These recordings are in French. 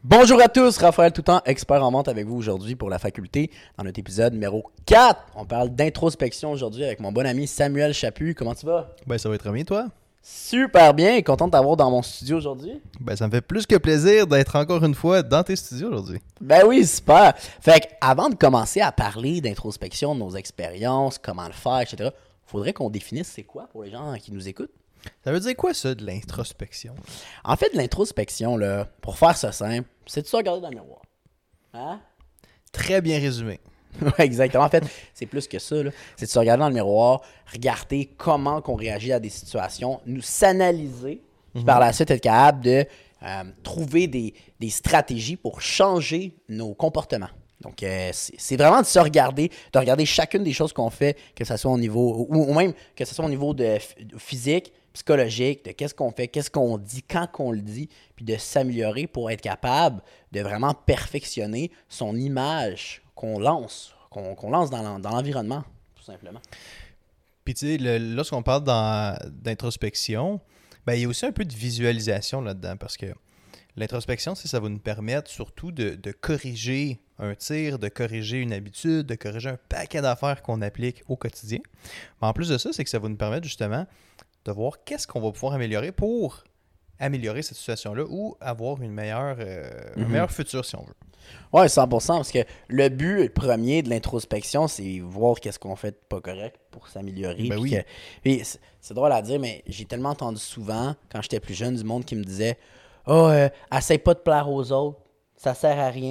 Bonjour à tous, Raphaël Toutant, expert en vente avec vous aujourd'hui pour la faculté. Dans notre épisode numéro 4, on parle d'introspection aujourd'hui avec mon bon ami Samuel Chaput. Comment tu vas? Ben ça va très bien, toi? Super bien, content de t'avoir dans mon studio aujourd'hui. Ben ça me fait plus que plaisir d'être encore une fois dans tes studios aujourd'hui. Ben oui, super. Fait que avant de commencer à parler d'introspection, de nos expériences, comment le faire, etc., faudrait qu'on définisse c'est quoi pour les gens qui nous écoutent. Ça veut dire quoi ça, de l'introspection? En fait, l'introspection, là, pour faire ça simple, c'est de se regarder dans le miroir. Hein? Très bien résumé. Ouais, exactement. En fait, c'est plus que ça, là. C'est de se regarder dans le miroir, regarder comment on réagit à des situations, nous s'analyser, puis par la suite être capable de trouver des stratégies pour changer nos comportements. Donc, c'est vraiment de se regarder, de regarder chacune des choses qu'on fait, que ce soit au niveau, ou même que ce soit au niveau de physique, psychologique, de qu'est-ce qu'on fait, qu'est-ce qu'on dit, quand qu'on le dit, puis de s'améliorer pour être capable de vraiment perfectionner son image qu'on lance dans l'environnement, tout simplement. Puis tu sais, lorsqu'on parle d'introspection, ben il y a aussi un peu de visualisation là-dedans, parce que l'introspection, ça va nous permettre surtout de corriger un tir, de corriger une habitude, de corriger un paquet d'affaires qu'on applique au quotidien. Mais en plus de ça, c'est que ça va nous permettre justement de voir qu'est-ce qu'on va pouvoir améliorer pour améliorer cette situation-là ou avoir un meilleur futur, si on veut. Oui, 100%, parce que le but premier de l'introspection, c'est voir qu'est-ce qu'on fait de pas correct pour s'améliorer. Ben oui. Puis c'est drôle à dire, mais j'ai tellement entendu souvent, quand j'étais plus jeune, du monde qui me disait « Oh, essaye pas de plaire aux autres, ça sert à rien. »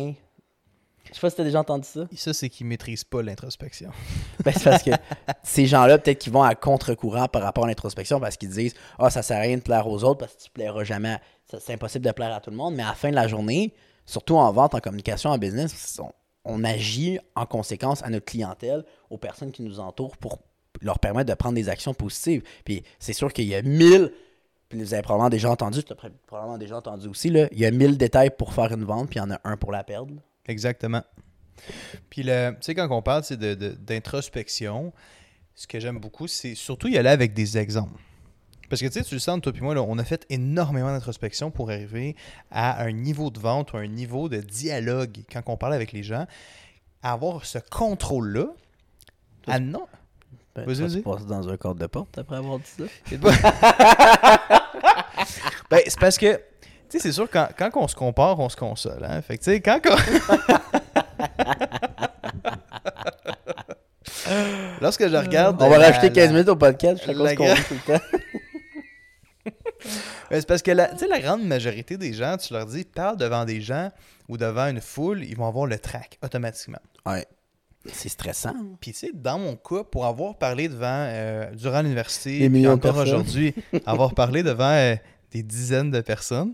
Je sais pas si t'as déjà entendu ça. Et ça, c'est qu'ils ne maîtrisent pas l'introspection. Ben, c'est parce que ces gens-là, peut-être qu'ils vont à contre-courant par rapport à l'introspection parce qu'ils disent « Ah, ça sert à rien de plaire aux autres parce que tu plairas jamais. C'est impossible de plaire à tout le monde. » Mais à la fin de la journée, surtout en vente, en communication, en business, on agit en conséquence à notre clientèle, aux personnes qui nous entourent pour leur permettre de prendre des actions positives. Puis c'est sûr qu'il y a 1000, puis vous avez probablement déjà entendu, tu l'as probablement déjà entendu aussi, là, il y a 1000 détails pour faire une vente, puis il y en a un pour la perdre. Exactement. Puis, tu sais, quand on parle d'introspection, ce que j'aime beaucoup, c'est surtout y aller avec des exemples. Parce que, tu sais, tu le sens, toi et moi, là, on a fait énormément d'introspection pour arriver à un niveau de vente ou un niveau de dialogue quand on parle avec les gens, à avoir ce contrôle-là. Ah non! Ben, tu passes dans un cadre de porte après avoir dit ça? Ben, c'est parce que, tu sais, c'est sûr, quand on se compare, on se console. Hein? Fait que, tu sais, quand lorsque je regarde... On va rajouter 15 minutes au podcast, je sais qu'on se tout le temps. C'est parce que la grande majorité des gens, tu leur dis, parle devant des gens ou devant une foule, ils vont avoir le trac automatiquement. Ouais. C'est stressant. Puis tu sais, dans mon cas, pour avoir parlé durant l'université, des millions encore de personnes. aujourd'hui, avoir parlé devant des dizaines de personnes.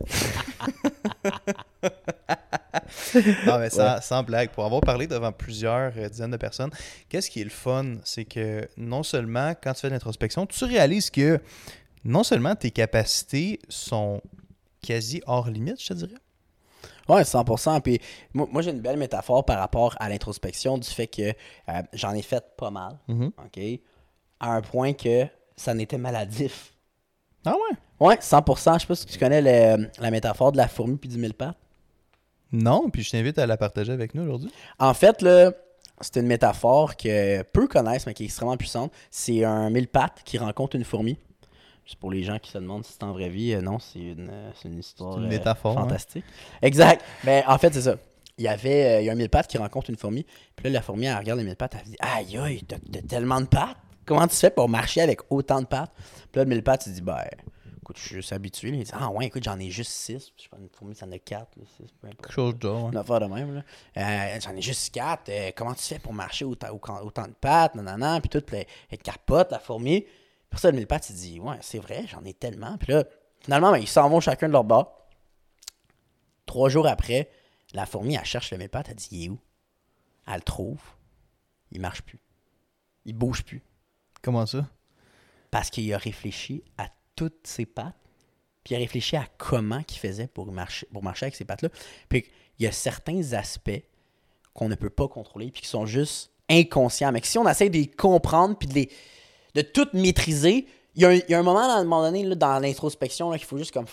Non, mais sans blague, pour avoir parlé devant plusieurs dizaines de personnes, qu'est-ce qui est le fun? C'est que non seulement, quand tu fais de l'introspection, tu réalises que non seulement tes capacités sont quasi hors limite, je te dirais. Oui, 100%. Puis moi, j'ai une belle métaphore par rapport à l'introspection du fait que j'en ai fait pas mal, OK? À un point que ça n'était maladif. Ah ouais? Oui, 100%. Je sais pas si tu connais la métaphore de la fourmi puis du mille pattes. Non, puis je t'invite à la partager avec nous aujourd'hui. En fait, là, c'est une métaphore que peu connaissent, mais qui est extrêmement puissante. C'est un mille pattes qui rencontre une fourmi. Juste pour les gens qui se demandent si c'est en vraie vie, non, c'est une histoire métaphore, fantastique. Hein? Exact. Mais en fait, c'est ça. Il y a un mille pattes qui rencontre une fourmi. Puis là, la fourmi, elle regarde les mille pattes, elle dit « Aïe, aïe, t'as tellement de pattes. Comment tu fais pour marcher avec autant de pattes? » Puis là, le mille pattes, il dit « Ben, écoute, je suis juste habitué. » Il dit « Ah ouais, écoute, j'en ai juste 6. » Je sais pas, une fourmi, ça en a 4, 6, peu importe. Quelque chose de genre, Une affaire de même, là. J'en ai juste 4. Comment tu fais pour marcher autant de pattes? Nanana. Puis tout, elle capote, la fourmi. Pour ça, le mille pattes, il dit « Ouais, c'est vrai, j'en ai tellement. » Puis là, finalement, ben, ils s'en vont chacun de leur bord. 3 jours après, la fourmi, elle cherche le mille pattes, elle dit « Il est où? » Elle le trouve. Il marche plus. Il bouge plus. Comment ça? Parce qu'il a réfléchi à toutes ses pattes. Puis il a réfléchi à comment il faisait pour marcher avec ces pattes-là. Puis il y a certains aspects qu'on ne peut pas contrôler puis qui sont juste inconscients. Mais que si on essaie de les comprendre puis de tout maîtriser, il y a un moment, à un moment donné, là, dans l'introspection, là, qu'il faut juste comme faire «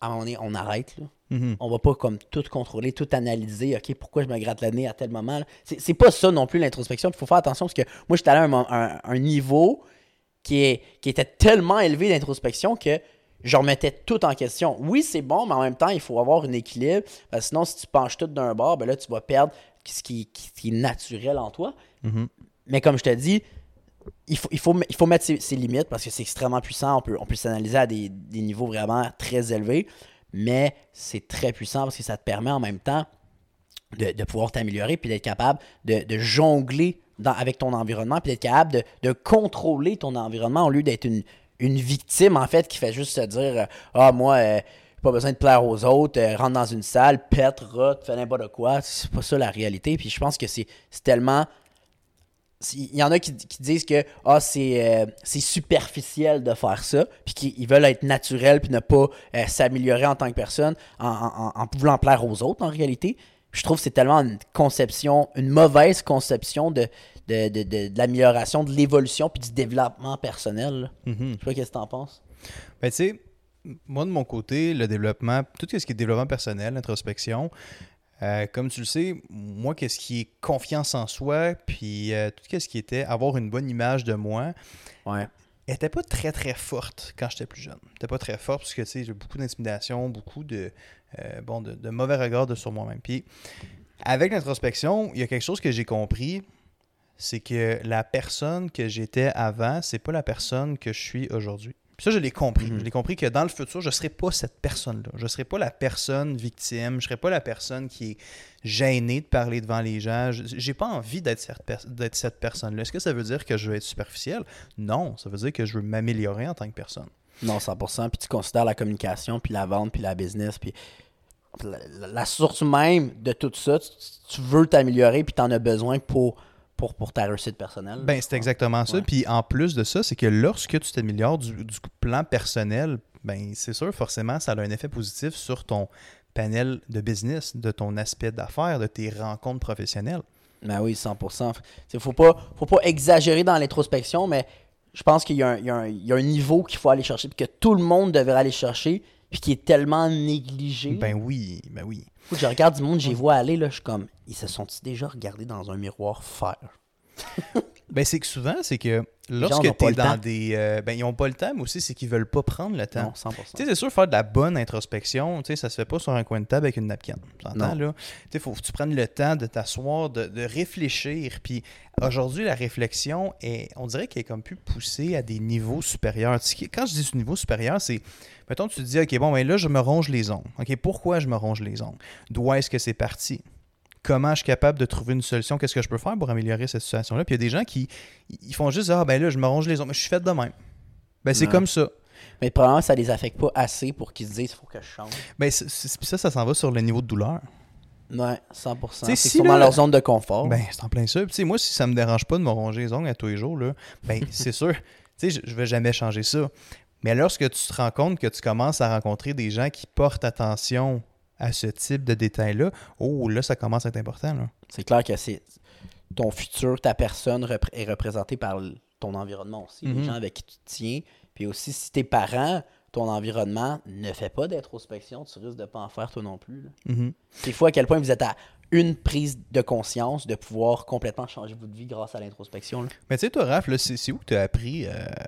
à un moment donné, on arrête. Là. Mhm. On va pas comme tout contrôler, tout analyser. OK, pourquoi je me gratte le nez à tel moment? Là? C'est pas ça non plus l'introspection. Il faut faire attention parce que moi, j'étais allé à un niveau qui était tellement élevé d'introspection que je remettais tout en question. Oui, c'est bon, mais en même temps, il faut avoir un équilibre. Parce que sinon, si tu penches tout d'un bord, ben là, tu vas perdre ce qui est naturel en toi. Mhm. Mais comme je te dis, il faut mettre ses limites parce que c'est extrêmement puissant. On peut s'analyser à des niveaux vraiment très élevés, mais c'est très puissant parce que ça te permet en même temps de pouvoir t'améliorer puis d'être capable de jongler avec ton environnement puis d'être capable de contrôler ton environnement au lieu d'être une victime, en fait, qui fait juste se dire moi, j'ai pas besoin de plaire aux autres, rentre dans une salle, pète, rote, fais n'importe quoi. C'est pas ça la réalité. Puis je pense que c'est tellement. Il y en a qui disent que c'est superficiel de faire ça, puis qu'ils veulent être naturels, puis ne pas s'améliorer en tant que personne en voulant plaire aux autres, en réalité. Puis je trouve que c'est tellement une mauvaise conception de l'amélioration, de l'évolution, puis du développement personnel. Mhm. Je sais pas qu'est-ce que t'en penses. Ben, tu sais, moi, de mon côté, le développement, tout ce qui est développement personnel, l'introspection, comme tu le sais, moi, qu'est-ce qui est confiance en soi, puis tout ce qui était avoir une bonne image de moi, Ouais. était pas très, très forte quand j'étais plus jeune. Elle était pas très forte parce que, tu sais, j'ai beaucoup d'intimidation, beaucoup de mauvais regards sur moi-même. Puis, avec l'introspection, il y a quelque chose que j'ai compris, c'est que la personne que j'étais avant, c'est pas la personne que je suis aujourd'hui. Puis ça, je l'ai compris. Mhm. Je l'ai compris que dans le futur, je ne serai pas cette personne-là. Je ne serai pas la personne victime. Je ne serai pas la personne qui est gênée de parler devant les gens. Je n'ai pas envie d'être cette personne-là. Est-ce que ça veut dire que je veux être superficiel? Non, ça veut dire que je veux m'améliorer en tant que personne. Non, 100%. Puis tu considères la communication, puis la vente, puis la business, puis la source même de tout ça, tu veux t'améliorer, puis tu en as besoin pour ta réussite personnelle. Ben, c'est exactement ça. Ouais. Puis en plus de ça, c'est que lorsque tu t'améliores du plan personnel, ben c'est sûr, forcément, ça a un effet positif sur ton panel de business, de ton aspect d'affaires, de tes rencontres professionnelles. Ben oui, 100%. Faut pas exagérer dans l'introspection, mais je pense qu'il y a un niveau qu'il faut aller chercher, puis que tout le monde devrait aller chercher, puis qui est tellement négligé. Ben oui, ben oui. Écoute, je regarde du monde, j'y vois aller, là, je suis comme, ils se sont-ils déjà regardés dans un miroir faire? Ben c'est que souvent, c'est que gens lorsque n'ont tu pas es le dans temps. des... ben ils n'ont pas le temps, mais aussi c'est qu'ils veulent pas prendre le temps. Non, 100%. Tu sais, c'est sûr, faire de la bonne introspection, tu sais, ça se fait pas sur un coin de table avec une napkin. Tu entends, là? Tu sais, faut que tu prennes le temps de t'asseoir, de réfléchir. Puis aujourd'hui, la réflexion, on dirait qu'elle est comme plus poussée à des niveaux supérieurs. Quand je dis ce niveau supérieur, c'est, mettons, tu te dis, OK, bon, ben là, je me ronge les ongles. OK, pourquoi je me ronge les ongles? D'où est-ce que c'est parti? Comment je suis capable de trouver une solution? Qu'est-ce que je peux faire pour améliorer cette situation-là? Puis il y a des gens qui ils font juste, ben là, je me ronge les ongles. Mais je suis fait de même. Ben c'est comme ça. Mais probablement, ça les affecte pas assez pour qu'ils se disent, il faut que je change. Ben ça s'en va sur le niveau de douleur. Ouais, 100%. C'est sûrement leur zone de confort. Ben, c'est en plein ça. Puis, moi, si ça me dérange pas de me ronger les ongles à tous les jours, là, ben, c'est sûr. Tu sais, je vais jamais changer ça. Mais lorsque tu te rends compte que tu commences à rencontrer des gens qui portent attention à ce type de détails-là, là, ça commence à être important. Là. C'est clair que c'est ton futur, ta personne est représentée par ton environnement aussi, les gens avec qui tu te tiens. Puis aussi, si tes parents, ton environnement ne fait pas d'introspection, tu risques de ne pas en faire toi non plus. Des fois, à quel point vous êtes à une prise de conscience de pouvoir complètement changer votre vie grâce à l'introspection. Là. Mais tu sais, toi, Raph, là, c'est où que tu as appris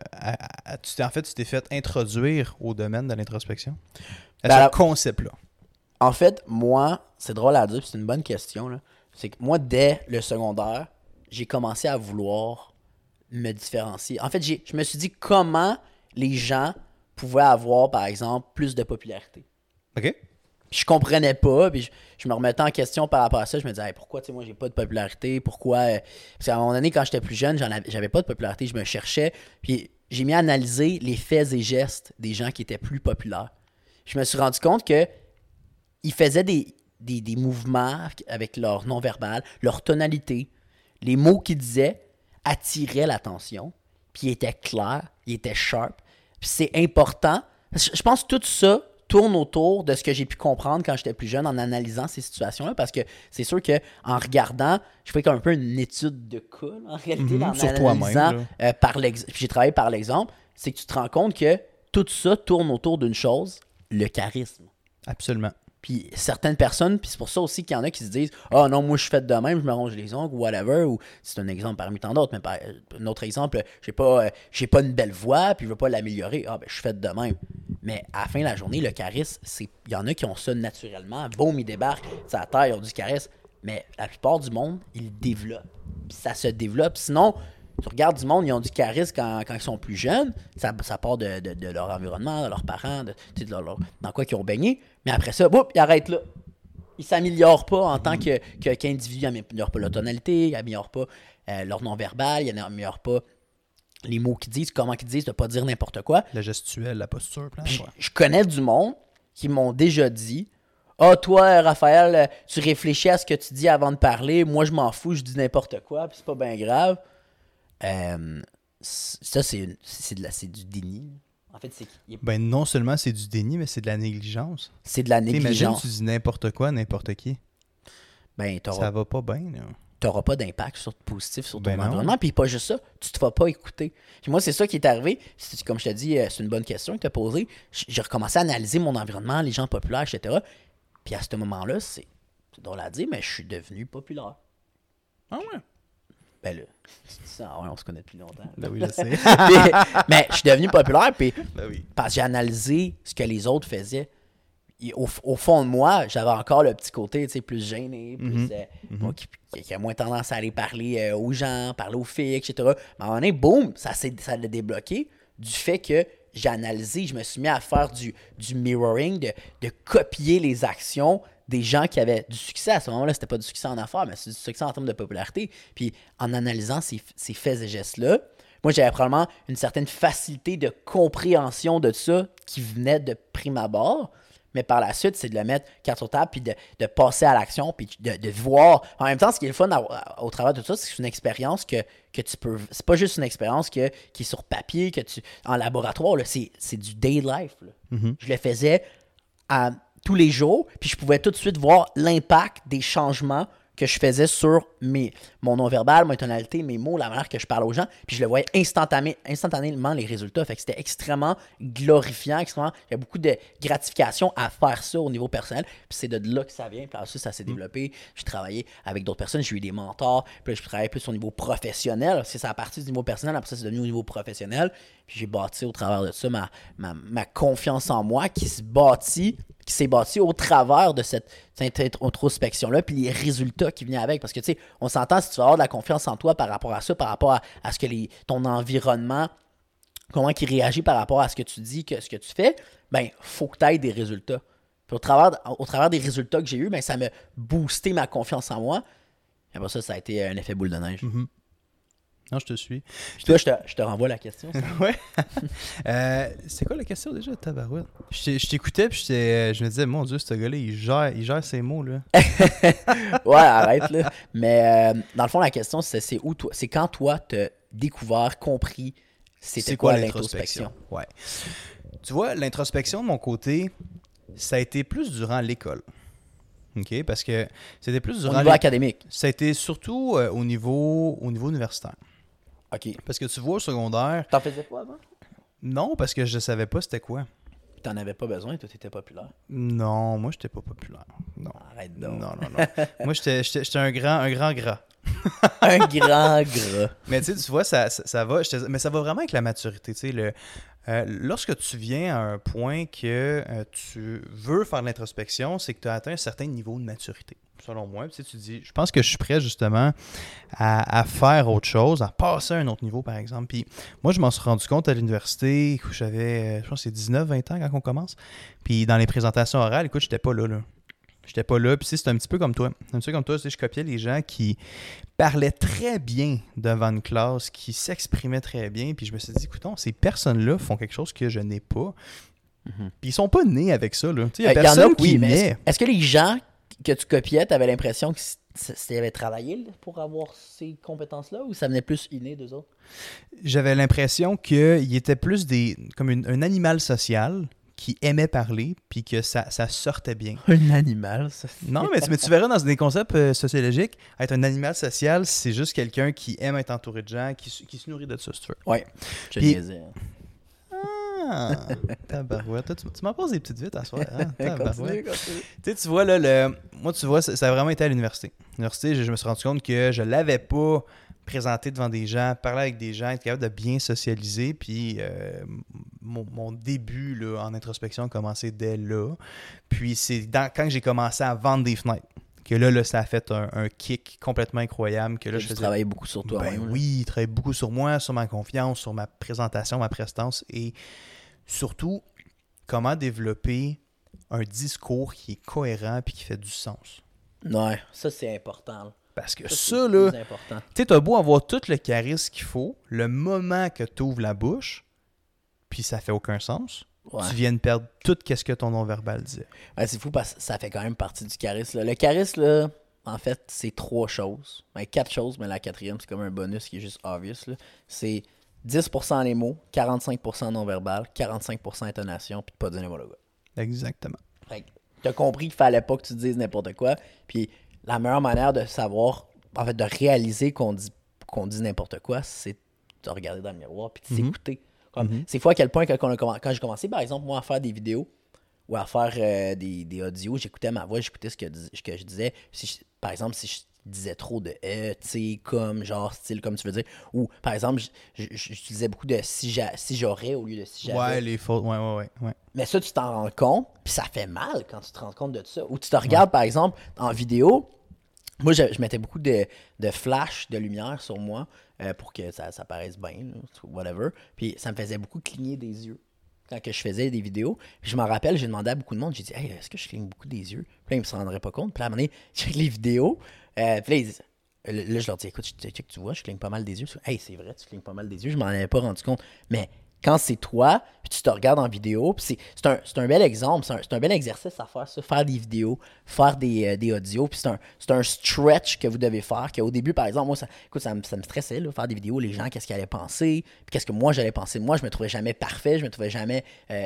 en fait, tu t'es fait introduire au domaine de l'introspection? À ce concept-là. En fait, moi, c'est drôle à dire, puis c'est une bonne question. Là. C'est que moi, dès le secondaire, j'ai commencé à vouloir me différencier. En fait, je me suis dit comment les gens pouvaient avoir, par exemple, plus de popularité. OK. Puis je comprenais pas, puis je me remettais en question par rapport à ça. Je me disais, hey, pourquoi, tu sais, moi, j'ai pas de popularité? Pourquoi? Parce qu'à un moment donné, quand j'étais plus jeune, j'avais pas de popularité, je me cherchais. Puis j'ai mis à analyser les faits et gestes des gens qui étaient plus populaires. Je me suis rendu compte que ils faisaient des mouvements avec leur non-verbal, leur tonalité. Les mots qu'ils disaient attiraient l'attention, puis ils étaient clairs, ils étaient sharp. Puis c'est important. Je pense que tout ça tourne autour de ce que j'ai pu comprendre quand j'étais plus jeune en analysant ces situations-là, parce que c'est sûr qu'en regardant, je fais comme un peu une étude de cas, là, en réalité, en sur analysant toi-même, j'ai travaillé par l'exemple, c'est que tu te rends compte que tout ça tourne autour d'une chose, le charisme. Absolument. Puis certaines personnes, puis c'est pour ça aussi qu'il y en a qui se disent « Ah non, moi je suis fait de même, je me ronge les ongles ou whatever », ou c'est un exemple parmi tant d'autres, mais un autre exemple, j'ai pas une belle voix, puis je veux pas l'améliorer, ah ben je suis fait de même. Mais à la fin de la journée, le charisme, il y en a qui ont ça naturellement, boum, ils débarquent, ça à terre, ils ont du charisme, mais la plupart du monde, ils le développent. Puis ça se développe, sinon... Tu regardes du monde, ils ont du charisme quand ils sont plus jeunes. Ça part de leur environnement, de leurs parents, dans quoi ils ont baigné. Mais après ça, boum, ils arrêtent là. Ils ne s'améliorent pas en tant qu'individu. Ils n'améliorent pas leur tonalité, ils n'améliorent pas leur non-verbal, ils n'améliorent pas les mots qu'ils disent, comment qu'ils disent, de ne pas dire n'importe quoi. La gestuelle, la posture, plein de fois. Je connais du monde qui m'ont déjà dit « Ah, toi, Raphaël, tu réfléchis à ce que tu dis avant de parler. Moi, je m'en fous, je dis n'importe quoi, puis c'est pas bien grave. » Ça, c'est du déni. En fait, Ben, non seulement c'est du déni, mais c'est de la négligence. C'est de la négligence. Imagine, tu dis n'importe quoi, n'importe qui. Ben, ça va pas bien. Tu n'auras pas d'impact positif sur ton environnement. Puis pas juste ça, tu te vas pas écouter. Puis moi, c'est ça qui est arrivé. Comme je te dis, c'est une bonne question que tu as posée. J'ai recommencé à analyser mon environnement, les gens populaires, etc. Puis à ce moment-là, c'est drôle à dire, mais je suis devenu populaire. Ah ouais? Ben là, on se connaît depuis longtemps. Ben oui, je sais. mais je suis devenu populaire ben oui. Parce que j'ai analysé ce que les autres faisaient. Et au fond de moi, j'avais encore le petit côté plus gêné, plus, qui a moins tendance à aller parler aux gens, parler aux filles, etc. Mais à un moment donné, boum, ça l'a débloqué du fait que j'ai analysé, je me suis mis à faire du mirroring, de copier les actions des gens qui avaient du succès. À ce moment-là, c'était pas du succès en affaires, mais c'est du succès en termes de popularité. Puis en analysant ces faits et gestes-là, moi, j'avais probablement une certaine facilité de compréhension de ça qui venait de prime abord. Mais par la suite, c'est de le mettre carte sur table, puis de passer à l'action, puis de voir. En même temps, ce qui est le fun au travers de tout ça, c'est que c'est une expérience que tu peux... C'est pas juste une expérience qui est sur papier, en laboratoire, là, c'est du day life. Je le faisais tous les jours, puis je pouvais tout de suite voir l'impact des changements que je faisais sur mon non-verbal, ma tonalité, mes mots, la manière que je parle aux gens, puis je le voyais instantanément les résultats. Fait que c'était extrêmement glorifiant, il y a beaucoup de gratification à faire ça au niveau personnel, puis c'est de là que ça vient, puis ensuite ça s'est développé. J'ai travaillé avec d'autres personnes, j'ai eu des mentors, puis là, je travaillais plus au niveau professionnel, c'est ça à partir du niveau personnel, après ça c'est devenu au niveau professionnel, puis j'ai bâti au travers de ça ma confiance en moi qui s'est bâti au travers de cette introspection-là, puis les résultats qui venaient avec. Parce que, tu sais, on s'entend, si tu vas avoir de la confiance en toi par rapport à ça, par rapport à ce que ton environnement, comment il réagit par rapport à ce que tu dis, ce que tu fais, ben, faut que tu aies des résultats. Puis au travers des résultats que j'ai eus, ben, ça m'a boosté ma confiance en moi. Et après ça a été un effet boule de neige. Mm-hmm. Non, je te suis. Puis toi, je te renvoie la question. Ouais. C'est quoi la question déjà, tabarouette? Je t'écoutais, puis je me disais, mon Dieu, ce gars-là, il gère ses mots, là. Ouais, arrête, là. Mais dans le fond, la question, c'est où toi? C'est quand toi, t'as découvert, compris, c'est quoi l'introspection? Ouais. Tu vois, l'introspection, de mon côté, ça a été plus durant l'école. OK? Parce que c'était plus durant... Au niveau académique? Ça a été surtout au niveau universitaire. OK. Parce que tu vois, au secondaire... T'en faisais pas avant? Non, parce que je savais pas c'était quoi. T'en avais pas besoin, toi, t'étais populaire. Non, moi, j'étais pas populaire. Non. Arrête donc. Non. Moi, j'étais un grand gras. Un grand gras. Mais tu vois, ça va... Mais ça va vraiment avec la maturité. Tu sais, lorsque tu viens à un point que tu veux faire de l'introspection, c'est que tu as atteint un certain niveau de maturité. Selon moi, tu te dis, je pense que je suis prêt justement à faire autre chose, à passer à un autre niveau, par exemple. Puis moi, je m'en suis rendu compte à l'université, j'avais, je pense que c'est 19-20 ans quand on commence. Puis dans les présentations orales, écoute, j'étais pas là. J'étais pas là. Puis c'est un petit peu comme toi. Je copiais les gens qui parlaient très bien devant une classe, qui s'exprimaient très bien. Puis je me suis dit, écoutons, ces personnes-là font quelque chose que je n'ai pas. Mm-hmm. Puis ils sont pas nés avec ça. Il y a personne qui naît. Est-ce que les gens que tu copiais, tu avais l'impression qu'ils avaient travaillé pour avoir ces compétences-là, ou ça venait plus inné d'eux autres? J'avais l'impression qu'ils étaient plus comme un animal social qui aimait parler, puis que ça sortait bien. Un animal social? Non, mais tu verras dans des concepts sociologiques, être un animal social, c'est juste quelqu'un qui aime être entouré de gens, qui se nourrit de ça, si tu veux. Oui, je niaisais. Tabarouette. Toi, tu m'en poses des petites vites à soir. Hein? Continue. Tu vois, là, moi, tu vois, ça a vraiment été à l'université. À l'université, je me suis rendu compte que je l'avais pas présenté devant des gens, parler avec des gens, être capable de bien socialiser. Puis mon début là, en introspection a commencé dès là. Puis c'est quand j'ai commencé à vendre des fenêtres que là ça a fait un kick complètement incroyable. Que là, je travaillais beaucoup sur toi. Oui, je travaillais beaucoup sur moi, sur ma confiance, sur ma présentation, ma prestance et surtout, comment développer un discours qui est cohérent et qui fait du sens. Ouais, ça c'est important. Là. Parce que ça là, tu sais, t'as beau avoir tout le charisme qu'il faut, le moment que tu ouvres la bouche, puis ça fait aucun sens, tu viens de perdre tout ce que ton non-verbal disait. Ouais, c'est fou parce que ça fait quand même partie du charisme. Là. Le charisme, là, en fait, c'est 3 choses. 4 choses, mais la 4e, c'est comme un bonus qui est juste obvious. Là. C'est 10% les mots, 45% non-verbal, 45% intonation, puis de pas dire n'importe quoi. Exactement. Fait que t'as compris qu'il fallait pas que tu dises n'importe quoi, puis la meilleure manière de savoir, en fait, de réaliser qu'on dit n'importe quoi, c'est de regarder dans le miroir puis de s'écouter. C'est fou à quel point quand j'ai commencé, par exemple, moi, à faire des vidéos ou à faire des audios, j'écoutais ma voix, j'écoutais ce que je disais. Par exemple, si je disais trop de tu sais, comme, genre, style, comme tu veux dire. Ou, par exemple, j'utilisais beaucoup de si j'aurais au lieu de si j'avais. Ouais, les fautes, ouais. Mais ça, tu t'en rends compte, puis ça fait mal quand tu te rends compte de ça. Ou tu te regardes, par exemple, en vidéo. Moi, je mettais beaucoup de flash, de lumière sur moi pour que ça paraisse bien, là, whatever. Puis ça me faisait beaucoup cligner des yeux quand que je faisais des vidéos. Puis je m'en rappelle, j'ai demandé à beaucoup de monde, j'ai dit « Hey, est-ce que je cligne beaucoup des yeux? » Puis là, ils ne se rendraient pas compte. Puis là, à un moment donné, je check les vidéos. Puis là, là, je leur dis « Écoute, tu vois, je cligne pas mal des yeux. » Hey, c'est vrai, tu clignes pas mal des yeux. Je m'en avais pas rendu compte. Mais quand c'est toi, puis tu te regardes en vidéo, puis c'est un bel exemple, c'est un bel exercice à faire, ça, faire des vidéos, faire des audios, puis c'est un stretch que vous devez faire, qu'au début, par exemple, moi, ça me stressait, là, faire des vidéos, les gens, qu'est-ce qu'ils allaient penser, puis qu'est-ce que moi, j'allais penser de moi, je me trouvais jamais parfait, je me trouvais jamais,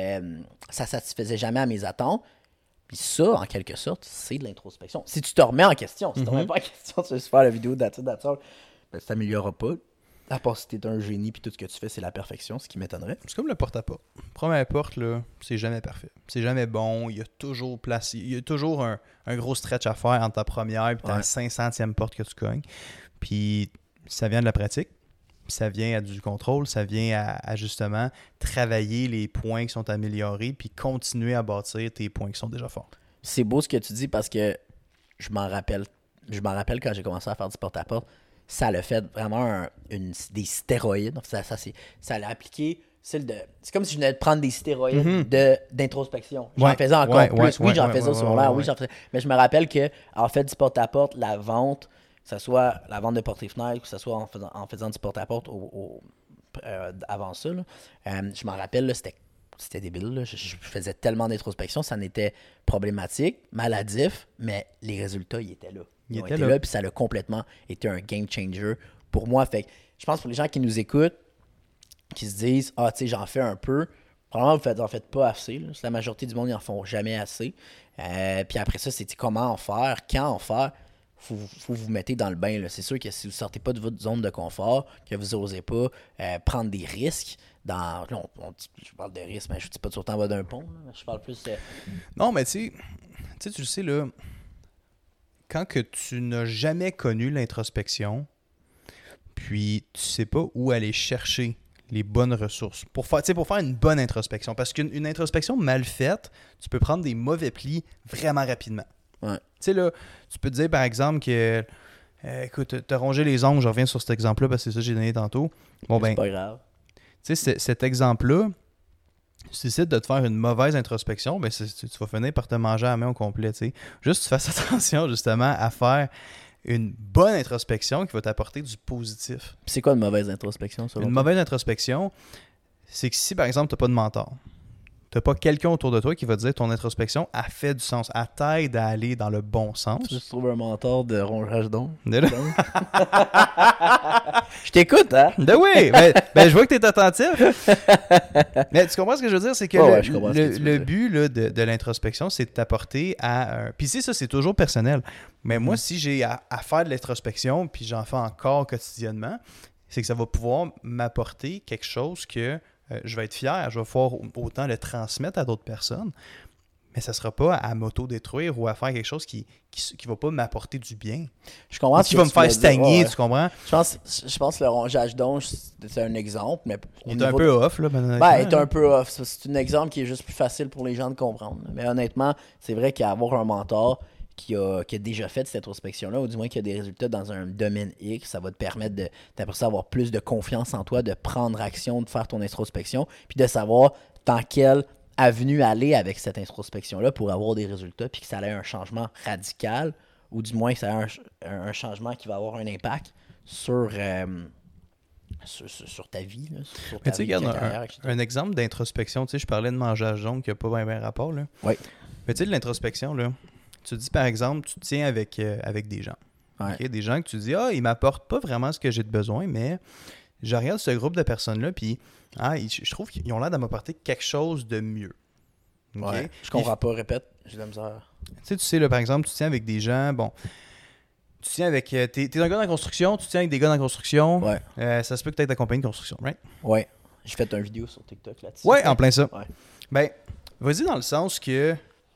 ça satisfaisait jamais à mes attentes, puis ça, en quelque sorte, c'est de l'introspection. Si tu te remets en question, si tu te remets pas en question, tu vas faire la vidéo ben, ça t'améliorera pas. À part si t'es un génie puis tout ce que tu fais, c'est la perfection, ce qui m'étonnerait. C'est comme le porte-à-porte. Première porte, là, c'est jamais parfait. C'est jamais bon. Il y a toujours un gros stretch à faire entre ta première et ta 500e porte que tu cognes. Puis ça vient de la pratique. Puis ça vient à du contrôle. Ça vient à justement travailler les points qui sont améliorés puis continuer à bâtir tes points qui sont déjà forts. C'est beau ce que tu dis parce que je m'en rappelle quand j'ai commencé à faire du porte-à-porte. Ça l'a fait vraiment des stéroïdes. Ça l'a appliqué. C'est comme si je venais de prendre des stéroïdes d'introspection. J'en faisais encore plus. Oui, j'en faisais au secondaire. Oui, j'en faisais. Mais je me rappelle qu'en fait, du porte-à-porte, la vente, que ce soit la vente de porte-fenêtres, que ce soit en faisant du porte-à-porte avant ça, là, je m'en rappelle, là, c'était débile. Là. Je faisais tellement d'introspection, ça en était problématique, maladif, mais les résultats, ils étaient là. Ils étaient là, puis ça a complètement été un game changer pour moi. Fait que je pense pour les gens qui nous écoutent, qui se disent « Ah, tu sais, j'en fais un peu », probablement vous n'en faites pas assez. Là. La majorité du monde, ils n'en font jamais assez. Puis après ça, c'est comment en faire, quand en faire. Faut vous mettez dans le bain. Là. C'est sûr que si vous ne sortez pas de votre zone de confort, que vous n'osez pas prendre des risques, je parle de risques, mais je ne dis pas de sauter en bas d'un pont. Là. Je parle plus... Non, mais tu le sais, là, quand que tu n'as jamais connu l'introspection, puis tu sais pas où aller chercher les bonnes ressources pour faire une bonne introspection. Parce qu'une introspection mal faite, tu peux prendre des mauvais plis vraiment rapidement. Ouais. Tu sais, là, tu peux te dire, par exemple, que écoute, t'as rongé les ongles, je reviens sur cet exemple-là parce que c'est ça que j'ai donné tantôt. Bon, c'est pas grave. Tu sais, cet exemple-là, si tu décides de te faire une mauvaise introspection, ben tu vas finir par te manger à la main au complet. T'sais. Juste, tu fasses attention, justement, à faire une bonne introspection qui va t'apporter du positif. Puis c'est quoi une mauvaise introspection, selon toi? Une mauvaise introspection, c'est que si, par exemple, tu n'as pas de mentor, tu n'as pas quelqu'un autour de toi qui va te dire ton introspection a fait du sens, elle t'aide à aller dans le bon sens. Tu trouves un mentor de rongeage d'ongles? Je t'écoute, hein? Ben oui, ben je vois que tu es attentif. Mais tu comprends ce que je veux dire? C'est que le but là, de l'introspection, c'est de t'apporter à... Puis ça, c'est toujours personnel. Mais moi, si j'ai à faire de l'introspection, puis j'en fais encore quotidiennement, c'est que ça va pouvoir m'apporter quelque chose que je vais être fier, je vais pouvoir autant le transmettre à d'autres personnes, mais ça ne sera pas à m'auto-détruire ou à faire quelque chose qui va pas m'apporter du bien. Je comprends. Qui va me faire stagner, tu comprends? Je pense que le rongeage d'ongles, c'est un exemple, mais il est un peu off, là. Il est un peu off. C'est un exemple qui est juste plus facile pour les gens de comprendre. Mais honnêtement, c'est vrai qu'avoir un mentor qui a déjà fait cette introspection-là, ou du moins qui a des résultats dans un domaine X, ça va te permettre d'après ça avoir plus de confiance en toi, de prendre action, de faire ton introspection, puis de savoir dans quelle avenue aller avec cette introspection-là pour avoir des résultats, puis que ça ait un changement radical, ou du moins que ça ait un changement qui va avoir un impact sur ta vie. Là, sur ta mais tu sais, regarde, un exemple d'introspection, tu sais, je parlais de mangeage d'ongles qui n'a pas bien rapport. Là. Oui. Mais tu sais, de l'introspection, là, tu dis par exemple, tu te tiens avec des gens. Ouais. Okay? Des gens que tu dis, ils m'apportent pas vraiment ce que j'ai de besoin, mais je regarde ce groupe de personnes-là, puis je trouve qu'ils ont l'air de m'apporter quelque chose de mieux. Okay? Ouais. Je comprends pas, répète, j'ai de la misère. Tu sais, là, par exemple, tu tiens avec des gens, tu tiens avec. T'es un gars dans la construction, tu tiens avec des gars dans la construction. Ouais. Ça se peut que tu aies ta compagnie de construction, right? Ouais. J'ai fait une vidéo sur TikTok là-dessus. Ouais, en plein ça. Ouais. Ben, vas-y dans le sens que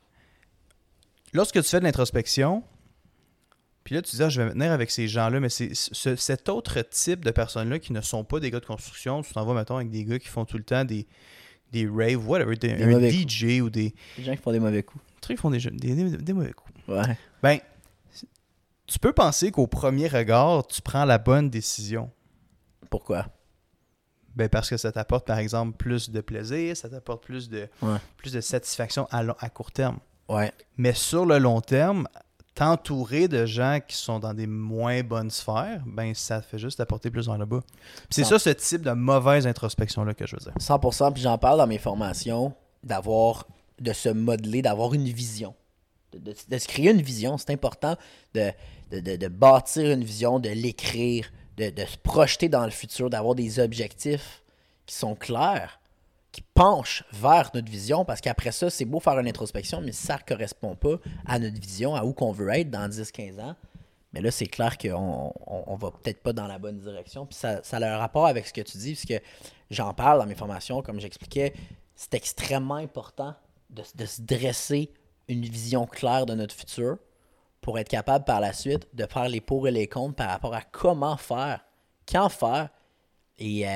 lorsque tu fais de l'introspection, puis là, tu dis, je vais me tenir avec ces gens-là, mais c'est cet autre type de personnes-là qui ne sont pas des gars de construction. Tu t'en vas, mettons, avec des gars qui font tout le temps des raves, whatever, un DJ ou des gens qui font des mauvais coups. Ils font des mauvais coups. Ouais. Ben, tu peux penser qu'au premier regard, tu prends la bonne décision. Pourquoi? Ben parce que ça t'apporte, par exemple, plus de plaisir, ça t'apporte plus de satisfaction à court terme. Ouais. Mais sur le long terme, t'entourer de gens qui sont dans des moins bonnes sphères, ben ça fait juste t'apporter plus vers le bas. Puis c'est ça, ce type de mauvaise introspection-là que je veux dire. 100%, puis j'en parle dans mes formations, de se modeler, d'avoir une vision. De se créer une vision, c'est important de bâtir une vision, de l'écrire, de se projeter dans le futur, d'avoir des objectifs qui sont clairs, qui penchent vers notre vision, parce qu'après ça, c'est beau faire une introspection, mais si ça ne correspond pas à notre vision, à où qu'on veut être dans 10-15 ans, mais là, c'est clair qu'on ne va peut-être pas dans la bonne direction. Puis ça a un rapport avec ce que tu dis, puisque j'en parle dans mes formations, comme j'expliquais, c'est extrêmement important de se dresser une vision claire de notre futur pour être capable par la suite de faire les pour et les contre par rapport à comment faire, quand faire et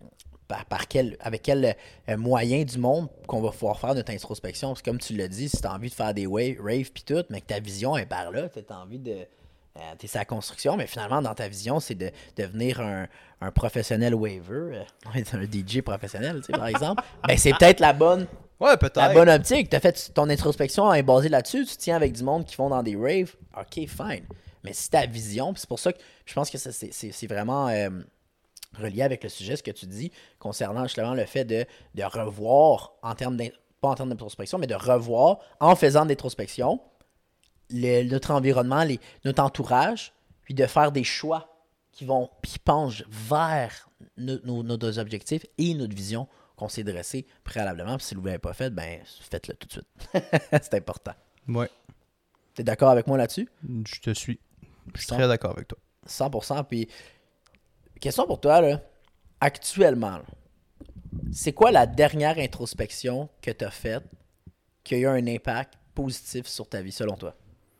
avec quel moyen du monde qu'on va pouvoir faire notre introspection. Parce que comme tu l'as dit, si tu as envie de faire des raves puis tout, mais que ta vision est par là, tu as envie de... t'es sa construction, mais finalement, dans ta vision, c'est de devenir un professionnel waver, un DJ professionnel, tu sais, par exemple. Ben, c'est peut-être la bonne optique. Tu as fait ton introspection est basée là-dessus, tu tiens avec du monde qui vont dans des raves, ok, fine. Mais si ta vision, puis c'est pour ça que je pense que c'est vraiment relié avec le sujet, ce que tu dis, concernant justement le fait de revoir, pas en termes d'introspection, mais de revoir, en faisant de l'introspection, notre environnement, notre entourage, puis de faire des choix qui penchent vers nos objectifs et notre vision qu'on s'est dressée préalablement. Puis si vous ne l'avez pas fait, ben faites-le tout de suite. C'est important. Ouais. Tu es d'accord avec moi là-dessus? Je te suis. Je suis très d'accord avec toi. 100%. Puis, question pour toi, là. Actuellement, là, c'est quoi la dernière introspection que tu as faite qui a eu un impact positif sur ta vie, selon toi?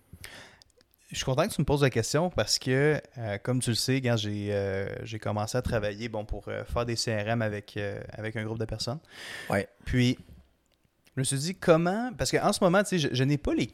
Je suis content que tu me poses la question parce que, comme tu le sais, quand j'ai commencé à travailler pour faire des CRM avec un groupe de personnes. Ouais. Puis, je me suis dit comment... Parce qu'en ce moment, je n'ai pas les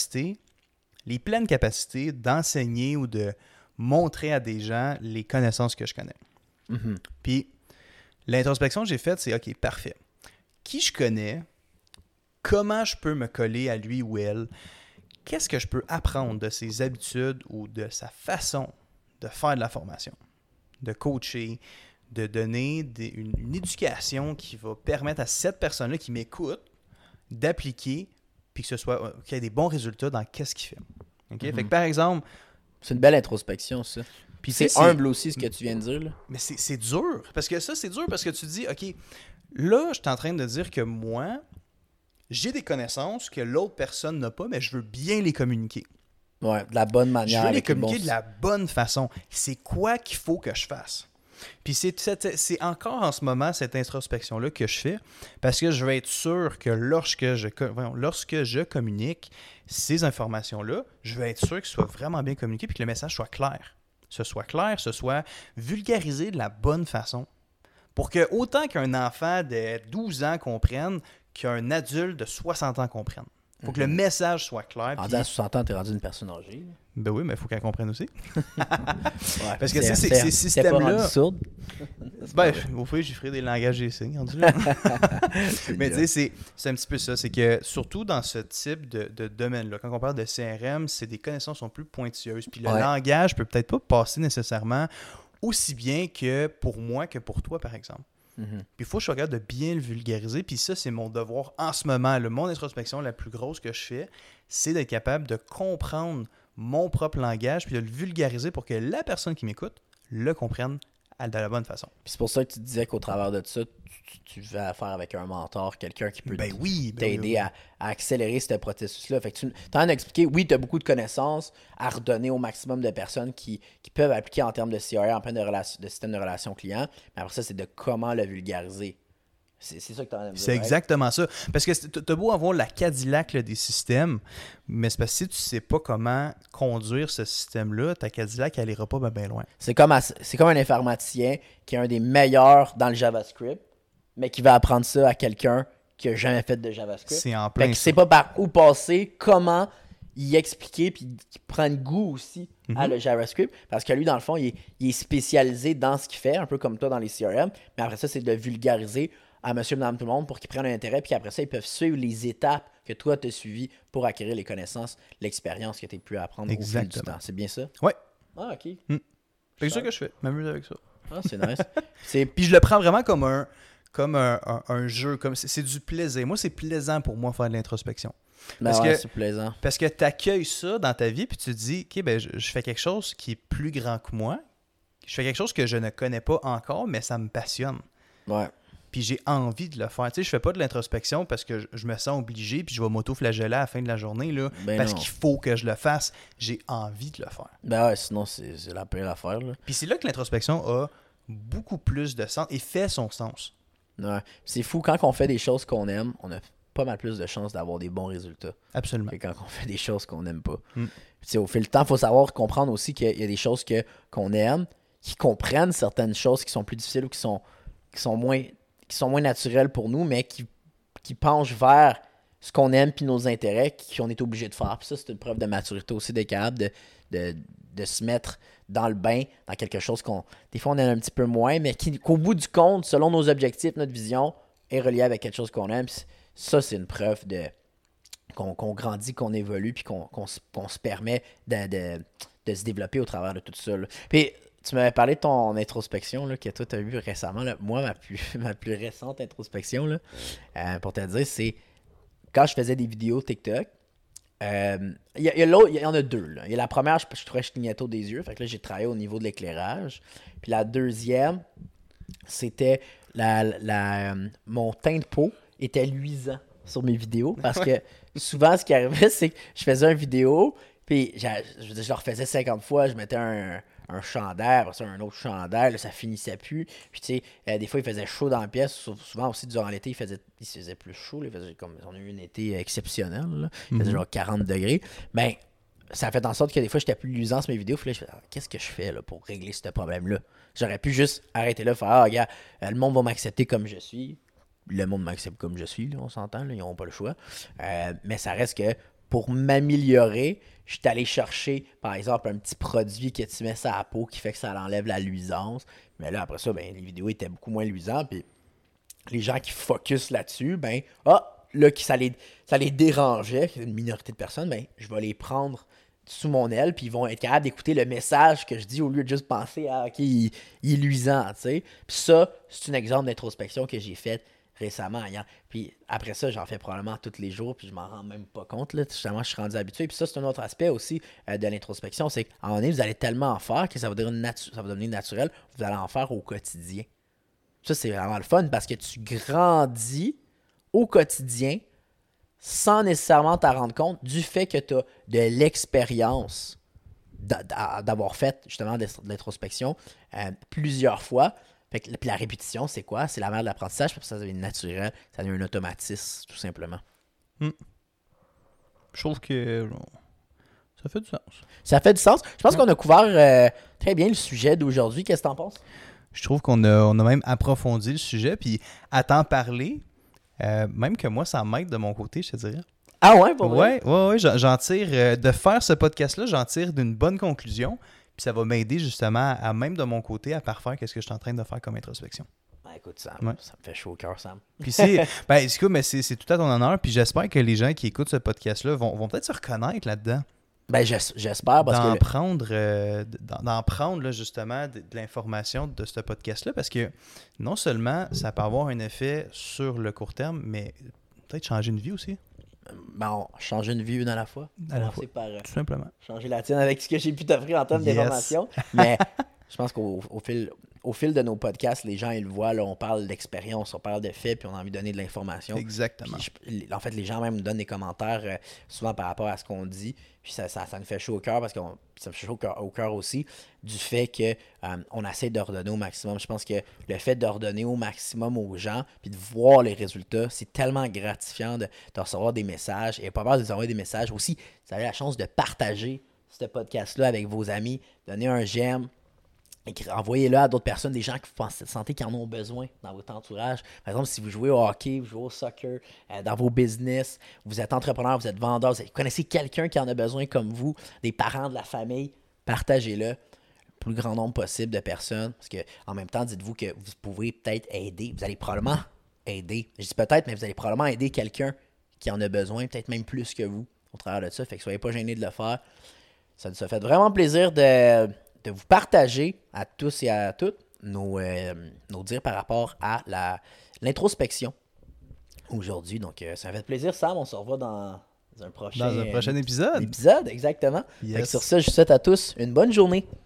pleines capacités d'enseigner ou de montrer à des gens les connaissances que je connais. Mm-hmm. Puis, l'introspection que j'ai faite, c'est OK, parfait. Qui je connais? Comment je peux me coller à lui ou elle? Qu'est-ce que je peux apprendre de ses habitudes ou de sa façon de faire de la formation, de coacher, de donner une éducation qui va permettre à cette personne-là qui m'écoute d'appliquer puis qu'il y ait des bons résultats dans qu'est-ce qu'il fait. Okay? Fait que, par exemple... C'est une belle introspection, ça. Puis c'est humble aussi, ce que tu viens de dire. Là. Mais c'est dur. Parce que ça, c'est dur parce que tu dis, OK, là, je suis en train de dire que moi... J'ai des connaissances que l'autre personne n'a pas, mais je veux bien les communiquer. Ouais, de la bonne manière. Je veux les communiquer de la bonne façon. C'est quoi qu'il faut que je fasse? Puis c'est encore en ce moment cette introspection-là que je fais parce que je veux être sûr que lorsque je communique ces informations-là, je veux être sûr que ce soit vraiment bien communiqué puis que le message soit clair. Ce soit vulgarisé de la bonne façon. Pour que autant qu'un enfant de 12 ans comprenne, qu'un adulte de 60 ans comprenne. Il faut que le message soit clair. En disant à 60 ans, tu es rendu une personne âgée. Ben oui, mais il faut qu'elle comprenne aussi. Ouais, parce que ces systèmes-là... sourde. Ben, au fait, j'y ferai des langages des signes, rendu là. Mais tu sais, c'est un petit peu ça. C'est que, surtout dans ce type de domaine-là, quand on parle de CRM, c'est des connaissances sont plus pointilleuses. Puis le langage peut peut-être pas passer nécessairement aussi bien que pour moi que pour toi, par exemple. Puis il faut que je regarde de bien le vulgariser. Puis ça, c'est mon devoir en ce moment. Mon introspection la plus grosse que je fais, c'est d'être capable de comprendre mon propre langage puis de le vulgariser pour que la personne qui m'écoute le comprenne de la bonne façon. Puis c'est pour ça que tu disais qu'au travers de ça, tu vas affaire avec un mentor, quelqu'un qui peut t'aider à accélérer ce processus-là. Fait que tu t'en as expliqué, oui, tu as beaucoup de connaissances à redonner au maximum de personnes qui peuvent appliquer en termes de CRM, en termes de système de relations clients. Mais après ça, c'est de comment le vulgariser. C'est ça que tu en as dit. C'est exactement ça. Parce que tu as beau avoir la Cadillac là, des systèmes, mais c'est parce que si tu sais pas comment conduire ce système-là, ta Cadillac, elle ira pas bien loin. C'est comme un informaticien qui est un des meilleurs dans le JavaScript, mais qui va apprendre ça à quelqu'un qui n'a jamais fait de JavaScript. C'est en plein. Fait que sait pas par où passer, comment y expliquer, puis qui prend goût aussi à le JavaScript, parce que lui, dans le fond, il est spécialisé dans ce qu'il fait, un peu comme toi dans les CRM, mais après ça, c'est de le vulgariser à monsieur, madame, tout le monde pour qu'ils prennent un intérêt, puis après ça, ils peuvent suivre les étapes que toi, tu as suivies pour acquérir les connaissances, l'expérience que tu as pu apprendre au fil du temps. C'est bien ça? Oui. Ah, OK. C'est ça que je fais. Je m'amuse avec ça. Ah, c'est nice. Puis je le prends vraiment comme un jeu. C'est du plaisir. Moi, c'est plaisant pour moi faire de l'introspection. C'est plaisant. Parce que tu accueilles ça dans ta vie, puis tu te dis, OK, ben, je fais quelque chose qui est plus grand que moi. Je fais quelque chose que je ne connais pas encore, mais ça me passionne. Ouais. Puis j'ai envie de le faire. Tu sais, je fais pas de l'introspection parce que je me sens obligé, puis je vais m'auto-flageller à la fin de la journée, là, parce qu'il faut que je le fasse. J'ai envie de le faire. Ben ouais, sinon, c'est la pire affaire, là. Puis c'est là que l'introspection a beaucoup plus de sens et fait son sens. Ouais. C'est fou, quand on fait des choses qu'on aime, on a pas mal plus de chances d'avoir des bons résultats. Absolument. Que quand on fait des choses qu'on n'aime pas. Puis au fil du temps, il faut savoir comprendre aussi qu'il y a des choses qu'on aime, qui comprennent certaines choses qui sont plus difficiles ou qui sont moins naturelles pour nous, mais qui penchent vers ce qu'on aime puis nos intérêts qu'on est obligé de faire. Puis ça, c'est une preuve de maturité aussi, d'être capable de se mettre dans le bain, dans quelque chose des fois on aime un petit peu moins, mais qu'au bout du compte, selon nos objectifs, notre vision est reliée avec quelque chose qu'on aime. Puis ça, c'est une preuve qu'on grandit, qu'on évolue, puis qu'on se permet de se développer au travers de tout ça, là. Puis tu m'avais parlé de ton introspection là, que toi, tu as eu récemment. Là. Moi, ma plus récente introspection, là, pour te dire, c'est quand je faisais des vidéos TikTok. Il y en a deux. Là. Il y a la première, je trouvais que je clignais tôt des yeux. Fait que là, j'ai travaillé au niveau de l'éclairage. Puis la deuxième, c'était mon teint de peau était luisant sur mes vidéos. Parce que souvent, ce qui arrivait, c'est que je faisais une vidéo, puis je le refaisais 50 fois, je mettais un chandail, après ça un autre chandail, là, ça finissait plus. Puis tu sais, des fois il faisait chaud dans la pièce, souvent aussi durant l'été, il se faisait plus chaud, là, on a eu un été exceptionnel, là. Il faisait genre 40 degrés. Ben, ça a fait en sorte que des fois j'étais plus luisant sur mes vidéos, puis là je fais, qu'est-ce que je fais là, pour régler ce problème-là? J'aurais pu juste arrêter là, faire, regarde, le monde va m'accepter comme je suis. Le monde m'accepte comme je suis, là, on s'entend, là, ils n'ont pas le choix. Mais ça reste que pour m'améliorer, je suis allé chercher, par exemple, un petit produit que tu mets sur la peau qui fait que ça enlève la luisance. Mais là, après ça, ben, les vidéos étaient beaucoup moins luisantes. Puis les gens qui focus là-dessus, ben, là, ça les dérangeait, une minorité de personnes, ben, je vais les prendre sous mon aile, puis ils vont être capables d'écouter le message que je dis au lieu de juste penser à OK, il est luisant, tu sais. Puis ça, c'est un exemple d'introspection que j'ai faite récemment. Puis après ça, j'en fais probablement tous les jours, puis je m'en rends même pas compte. Là. Justement, je suis rendu habitué. Puis ça, c'est un autre aspect aussi de l'introspection. C'est qu'à un moment donné, vous allez tellement en faire que ça va devenir naturel. Vous allez en faire au quotidien. Ça, c'est vraiment le fun parce que tu grandis au quotidien sans nécessairement t'en rendre compte du fait que tu as de l'expérience d'avoir fait justement de l'introspection plusieurs fois. Puis la répétition, c'est quoi? C'est la mère de l'apprentissage, puis ça devient naturel, ça devient un automatisme, tout simplement. Je trouve que ça fait du sens. Ça fait du sens. Je pense qu'on a couvert très bien le sujet d'aujourd'hui. Qu'est-ce que t'en penses? Je trouve qu'on a même approfondi le sujet, puis à t'en parler, même que moi, ça m'aide de mon côté, je te dirais. Ah ouais, pour vrai? Ouais, j'en tire, de faire ce podcast-là, j'en tire d'une bonne conclusion, puis ça va m'aider justement à même de mon côté à parfaire qu'est-ce que je suis en train de faire comme introspection. Écoute, Sam, Ouais. ça me fait chaud au cœur, Sam. Puis écoute, mais c'est tout à ton honneur, puis j'espère que les gens qui écoutent ce podcast-là vont peut-être se reconnaître là-dedans. J'espère parce d'en que... prendre là, justement de l'information de ce podcast-là, parce que non seulement ça peut avoir un effet sur le court terme, mais peut-être changer une vie aussi. Bon, changer une vie une à la fois. À la Commencer par Tout simplement. changer la tienne avec ce que j'ai pu t'offrir en termes Yes. d'information. Mais je pense qu'au fil de nos podcasts, les gens, ils le voient, là, on parle d'expérience, on parle de faits, puis on a envie de donner de l'information. Exactement. Puis, en fait, les gens même nous donnent des commentaires souvent par rapport à ce qu'on dit. Puis ça nous fait chaud au cœur parce que ça me fait chaud au cœur aussi du fait qu'on essaie de redonner au maximum. Je pense que le fait de redonner au maximum aux gens puis de voir les résultats, c'est tellement gratifiant de recevoir des messages. Et pas peur de vous envoyer des messages. Aussi, vous avez la chance de partager ce podcast-là avec vos amis, donner un j'aime. Envoyez-le à d'autres personnes, des gens que vous sentez qui en ont besoin dans votre entourage. Par exemple, si vous jouez au hockey, vous jouez au soccer, dans vos business, vous êtes entrepreneur, vous êtes vendeur, vous connaissez quelqu'un qui en a besoin comme vous, des parents de la famille, partagez-le le plus grand nombre possible de personnes. Parce que en même temps, dites-vous que vous pouvez peut-être aider. Vous allez probablement aider. Je dis peut-être, mais vous allez probablement aider quelqu'un qui en a besoin, peut-être même plus que vous au travers de ça. Fait que soyez pas gênés de le faire. Ça nous a fait vraiment plaisir de vous partager à tous et à toutes nos dires par rapport à l'introspection aujourd'hui. Donc, ça m'a fait plaisir, Sam. On se revoit dans un prochain épisode. Exactement. Yes. Fait que sur ça, je vous souhaite à tous une bonne journée.